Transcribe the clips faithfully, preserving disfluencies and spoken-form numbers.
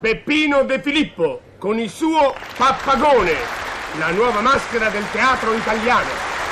Peppino De Filippo con il suo Pappagone, la nuova maschera del teatro italiano.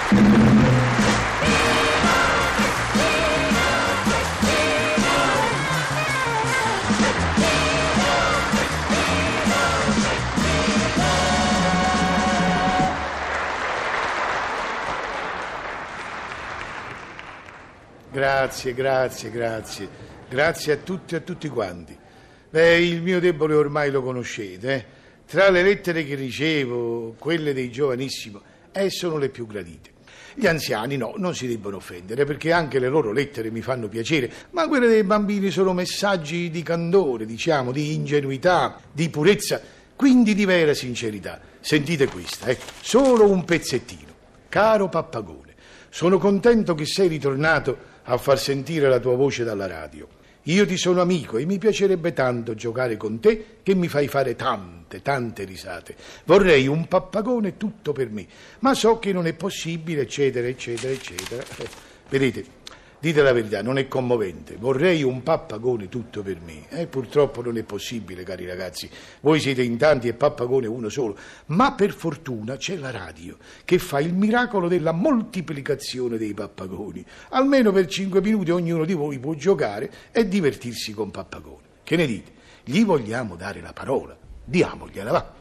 Grazie, grazie, grazie. Grazie a tutti e a tutti quanti. Beh, il mio debole ormai lo conoscete, eh? Tra le lettere che ricevo, quelle dei giovanissimi, eh, sono le più gradite. Gli anziani no, non si debbono offendere, perché anche le loro lettere mi fanno piacere, ma quelle dei bambini sono messaggi di candore, diciamo, di ingenuità, di purezza, quindi di vera sincerità. Sentite questa, eh? Solo un pezzettino. Caro Pappagone, sono contento che sei ritornato a far sentire la tua voce dalla radio. Io ti sono amico e mi piacerebbe tanto giocare con te, che mi fai fare tante, tante risate. Vorrei un pappagone tutto per me, ma so che non è possibile, eccetera, eccetera, eccetera. Vedete, dite la verità, non è commovente. Vorrei un pappagone tutto per me. Eh, purtroppo non è possibile, cari ragazzi. Voi siete in tanti e pappagone uno solo. Ma per fortuna c'è la radio, che fa il miracolo della moltiplicazione dei pappagoni. Almeno per cinque minuti ognuno di voi può giocare e divertirsi con pappagone. Che ne dite? Gli vogliamo dare la parola? Diamogliela, va.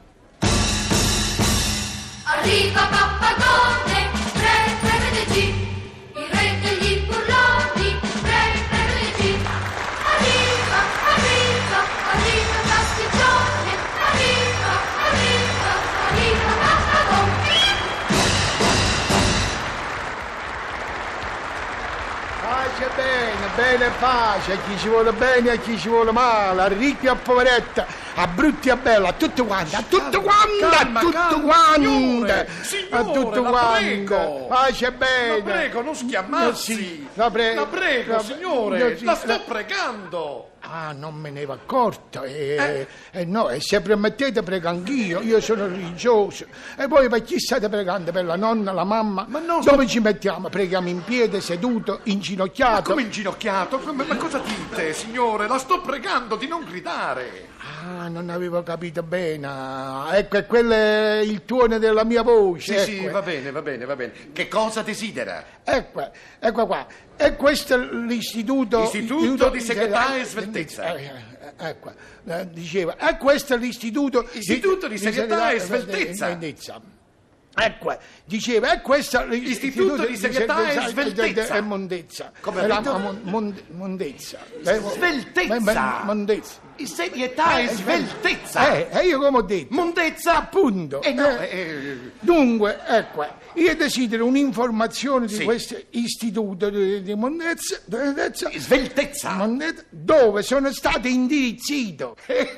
Arriva Pappagone, re, re, re, G, il re degli burloni, re, re, re, G. Arriva, arriva, arriva il pasticcione, arriva, arriva, arriva Pappagone. Pace bene, bene pace, a chi ci vuole bene e a chi ci vuole male, a ricchi e a poveretta, a brutti e a belli, a tutti quanti, a tutti quanti, a tutti quanti, a tutti quanti. Pace bene. La prego, non schiamazzi. Sì, la prego. La prego, la, signore, sì, la sto la... pregando. Ah, non me ne ero accorto. E, Eh? e no, e se permettete prego anch'io, io sono religioso. E voi per chi state pregando? Per la nonna, la mamma? Ma no, Dove sto- ci mettiamo? Preghiamo in piedi, seduto, Ma inginocchiato? come inginocchiato? Come- ma cosa dite, signore? La sto pregando di non gridare. Ah, non avevo capito bene. Ecco, è quello è il tuono della mia voce. Sì, ecco. sì, va bene, va bene, va bene. Che cosa desidera? Ecco, ecco qua. E questo è l'istituto... Istituto di Serietà e Sveltezza. Eh, eh, ecco, eh, diceva. E questo è l'istituto... Istituto di Serietà e Sveltezza. Sveltezza. Ecco, diceva, e questo è Istituto di Serietà e Sveltezza. E mondezza. Come Eh, la- detto? mon- mon- mondezza. Eh, Sveltezza. eh, mon- Mondezza. Serietà e Eh, sveltezza. Eh, e io come ho detto? Mondezza. Appunto. Eh no, Eh, eh, Dunque, ecco, io desidero un'informazione di Sì. questo istituto di, di mondezza, mondezza, sveltezza. mondezza, dove sono stato indirizzato.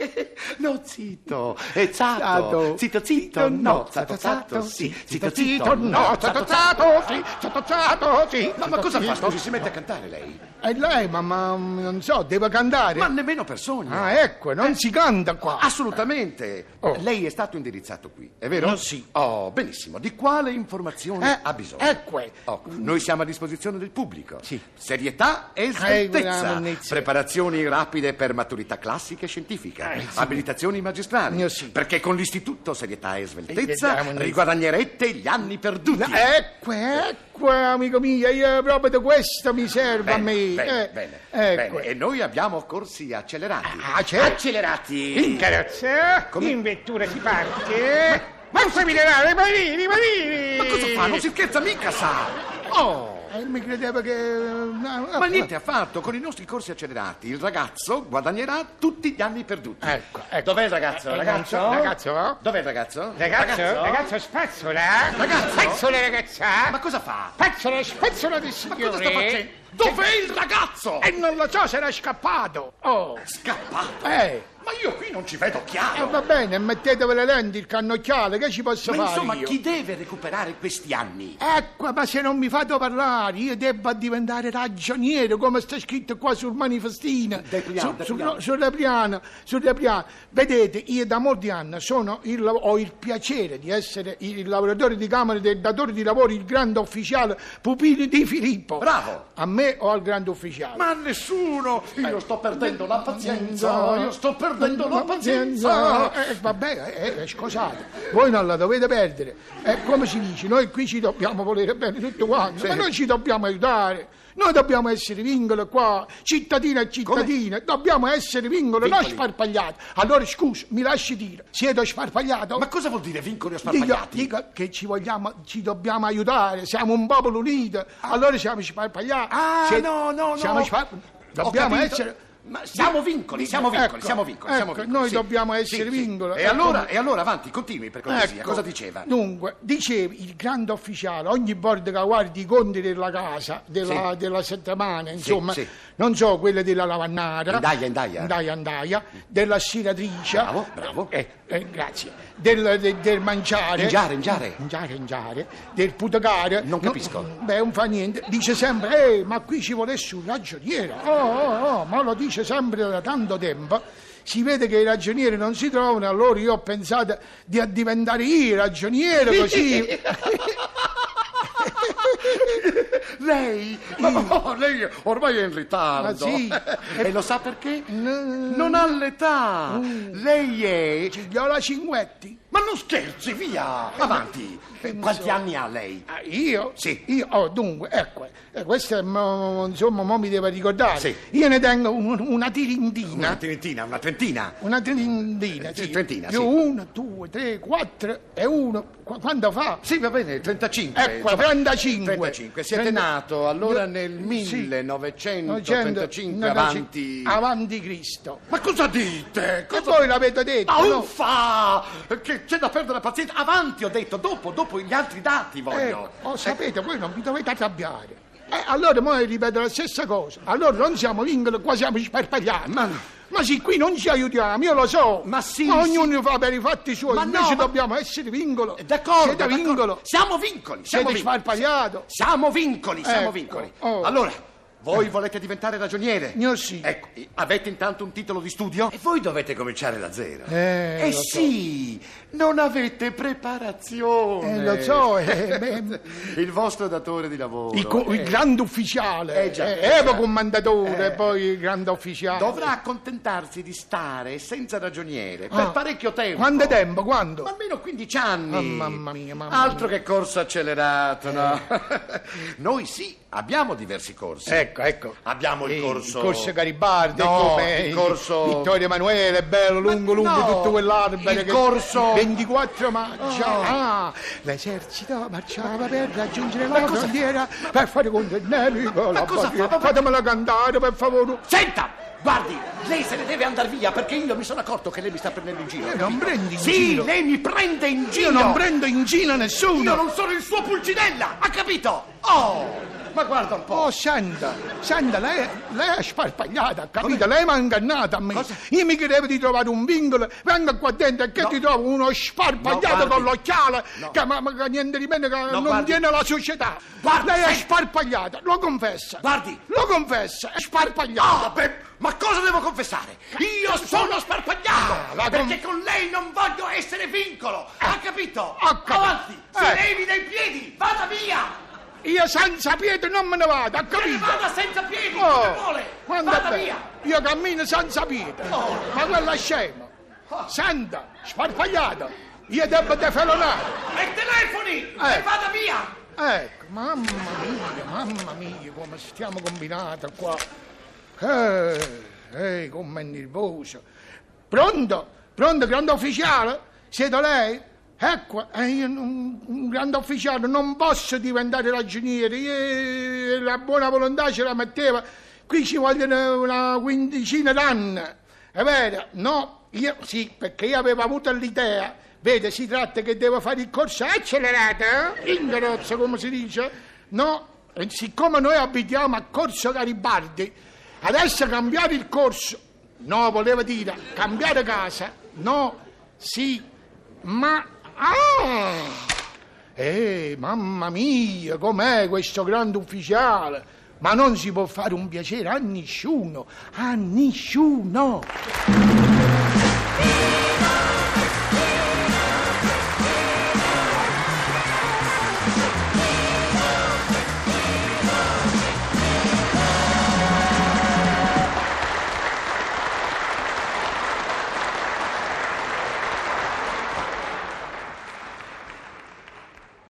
No, zitto. Eh, zatto. Zatto. Zitto, zitto, no. Zatto, zatto, sì. Zitto, zitto, no, no. zatto, zatto, sì, zatto, zatto, sì. Ma, ma cosa fa? Zitto. Scusi, si mette a cantare lei? E lei, ma, ma non so, deve cantare? Ma nemmeno per sogno. Ah, ecco, non si canta qua. Assolutamente. Oh. Lei è stato indirizzato qui, è vero? No, sì. Oh, benissimo. Di quale informazione Eh, ha bisogno? ecco. Oh, noi siamo a disposizione del pubblico. Sì. Serietà e quella sveltezza. monnezza. Preparazioni rapide per maturità classica e scientifica. Eh, sì. Abilitazioni magistrali. Io sì. Perché con l'istituto Serietà e Eh, Sveltezza la monnezza. riguadagnerete gli anni perduti. Ecco, ecco, amico mio, io proprio di questo mi serve a me. Bene, Eh, bene, ecco. bene. E noi abbiamo corsi accelerati. Ah, certo. Accelerati. Carrozza, in vettura si parte. Ma non fammi tirare, manini, manini! Ma cosa fa? Non si scherza mica, sa! Oh! Eh, mi credeva che... no, no, Ma niente affatto, con i nostri corsi accelerati il ragazzo guadagnerà tutti gli anni perduti. Ecco, ecco. Dov'è il ragazzo? Eh, Ragazzo? non so, ragazzo? Dov'è il ragazzo? Ragazzo, ragazzo, spazzola! Ragazzo? Spazzola, ragazza! Ma cosa fa? Spazzola, spazzola del Ma signore! cosa sta facendo? Dov'è il ragazzo? E non lo so se era scappato. Oh, Scappato! eh, Ma io qui non ci vedo eh, chiaro! va bene, mettetevi le lenti, il cannocchiale, che ci posso Ma fare insomma, io? chi deve recuperare questi anni? Ecco, ma se non mi fate parlare, io devo diventare ragioniere, come sta scritto qua sul manifestino. Depliano, Su- depliano. sul- Sulla piana, sulla piana. Vedete, io da molti anni sono il, ho il piacere di essere il lavoratore di Camera del datore di lavoro, il grande ufficiale Pupino Di Filippo. Bravo! A me o al grande ufficiale? Ma a nessuno! Io sto perdendo la pazienza! no. Io sto perdendo la Ma- pazienza. Eh, vabbè, eh, eh, scusate, voi non la dovete perdere. Eh, come si dice, noi qui ci dobbiamo volere bene tutto quanto, ma noi ci dobbiamo aiutare. Noi dobbiamo essere vincoli qua, cittadini e cittadine, dobbiamo essere vincoli, non Vincoli? sparpagliati. Allora scusa, mi lasci dire, siete sparpagliato? Ma cosa vuol dire vincoli o Dico, sparpagliati? dico che ci vogliamo, ci dobbiamo aiutare, siamo un popolo unito, allora siamo sparpagliati. Ah, Siete- no, no, no. Siamo spar- Ho dobbiamo capito. essere... Ma siamo vincoli, siamo vincoli, Ecco, siamo vincoli, siamo ecco, vincoli. noi sì. dobbiamo essere Sì, sì. vincoli. E Ecco. allora, e allora avanti, continui per cortesia. Ecco, Cosa diceva? Dunque, dicevi, il grande ufficiale, ogni volta che guardi i conti della casa, della, Sì. della settimana, insomma, sì. non so, quelle della lavannara, Indaia, indaia. indaia, indaia, della stiratrice, Bravo, bravo. eh, eh, grazie, del, del, del mangiare, Ingiare, ingiare. Ingiare, ingiare, del putacare. Non capisco. No, beh, non fa niente. Dice sempre, eh, ma qui ci volesse un ragioniere. Oh, oh, oh, ma lo dice sempre da tanto tempo. Si vede che i ragionieri non si trovano, allora io ho pensato di diventare io ragioniere, così... Lei, ma lei ormai è in ritardo. Ma sì. E lo sa perché? Non ha l'età. Lei è... Gigliola Cinquetti. Ma non scherzi, via! Avanti. Quanti anni ha lei? Ah, io? Sì. Io, oh, dunque, ecco, eh, questo è, mo- insomma, mo mi deve ricordare. Sì. Io ne tengo un- una tirindina. Una trentina, una trentina. Una trentina, Eh, sì. trentina, Più sì. uno, due, tre, quattro e uno. Qu- quanto fa? Sì, va bene, trentacinque. Ecco, insomma, trentacinque. trentacinque. Siete Trenta- nato allora Io- nel sì. millenovecentotrentacinque novecento- avanti... Avanti Cristo. Ma cosa dite? E Cosa... voi l'avete detto, Ma no? uffa! Che c'è da perdere la pazienza. Avanti, ho detto, dopo, dopo gli altri dati voglio. Ecco, oh, sapete, voi non vi dovete arrabbiare. Eh, allora mo ripeto la stessa cosa. Allora non siamo vincoli, qua siamo sparpagliati. Ma- Ma sì, qui non ci aiutiamo, io lo so. Ma sì, Ma sì. ognuno fa per i fatti suoi, Ma invece no, ma- dobbiamo essere vincolo. D'accordo, Siete d'accordo. vincolo. Siamo vincoli, siamo Siete vincoli. sparpagliato. Siamo vincoli, siamo Ecco, vincoli. oh. Allora, voi volete diventare ragioniere? Io sì. Ecco, avete intanto un titolo di studio? E voi dovete cominciare da zero. Eh, Eh lo so. sì, non avete preparazione. Eh, lo so, eh, beh, Il vostro datore di lavoro il, co- il eh, grande ufficiale, Eh, già, eh, eh, già. Evo commendatore, Eh. poi il grande ufficiale. dovrà accontentarsi di stare senza ragioniere per Ah, parecchio tempo. Quanto tempo? Quando? Ma almeno quindici anni. Oh, mamma mia, mamma Altro mia. che corso accelerato, no? Noi sì, abbiamo diversi corsi. Ecco, ecco. Abbiamo il Eh, corso... il corso Garibaldi, No, come il corso... Vittorio Emanuele, bello, lungo, lungo, no, tutto quell'albero. il che- corso- ventiquattro maggio. Oh. Ah, l'esercito marciava per raggiungere la frontiera, per fare contro il nemico. La cosa bandiera. fa? Ma- Fatemela cantare, per favore. Senta! Guardi, lei se ne deve andare via perché io mi sono accorto che lei mi sta prendendo in giro. Io non prendo in sì, giro. lei mi prende in giro. Io non prendo in giro nessuno. Io non sono il suo Pulcinella, ha capito? Oh! Ma guarda un po'. Oh, senta, senta, lei, lei è sparpagliata, ha capito? Lei mi ha ingannato a me. Cosa? Io mi credevo di trovare un vincolo, venga qua dentro e che No. ti trovo uno sparpagliato No, guardi. con l'occhiale, No. che ma, ma che niente di meno che non guardi. tiene la società. Guardi, lei è senta. sparpagliata, lo confessa. Guardi. Lo confessa, è sparpagliata. Ah, beh, ma cosa devo confessare? Io sono sparpagliato! Ah, la perché con- con lei non voglio essere vincolo! Ha capito? Ho capito. Avanti! Si Eh. levi dai piedi! Vada via! Io senza piede non me ne vado, ha Se ne capito? vada senza piedi! Oh, Come vuole! quando Vada è bello. via! Io cammino senza piede, Oh. ma quello è scemo. Senta, sparpagliato, io devo defelonare. E telefoni! Eh. E vada via! Ecco, mamma mia, mamma mia, come stiamo combinati qua. Eh, eh, come è nervoso. Pronto? Pronto, grande ufficiale? Siete lei? Ecco, eh, io non- un grande ufficiale non posso diventare ragioniere. Io, la buona volontà ce la metteva. Qui ci vogliono una quindicina d'anni. È vero? No, io sì, perché io avevo avuto l'idea. Vede, si tratta che devo fare il corso accelerato, eh? In carrozza, come si dice. No, e siccome noi abitiamo a Corso Garibaldi, adesso cambiare il corso. No, voleva dire cambiare casa. No, sì, ma... Ah! Eh, mamma mia, com'è questo grande ufficiale? Ma non si può fare un piacere a nessuno, a nessuno.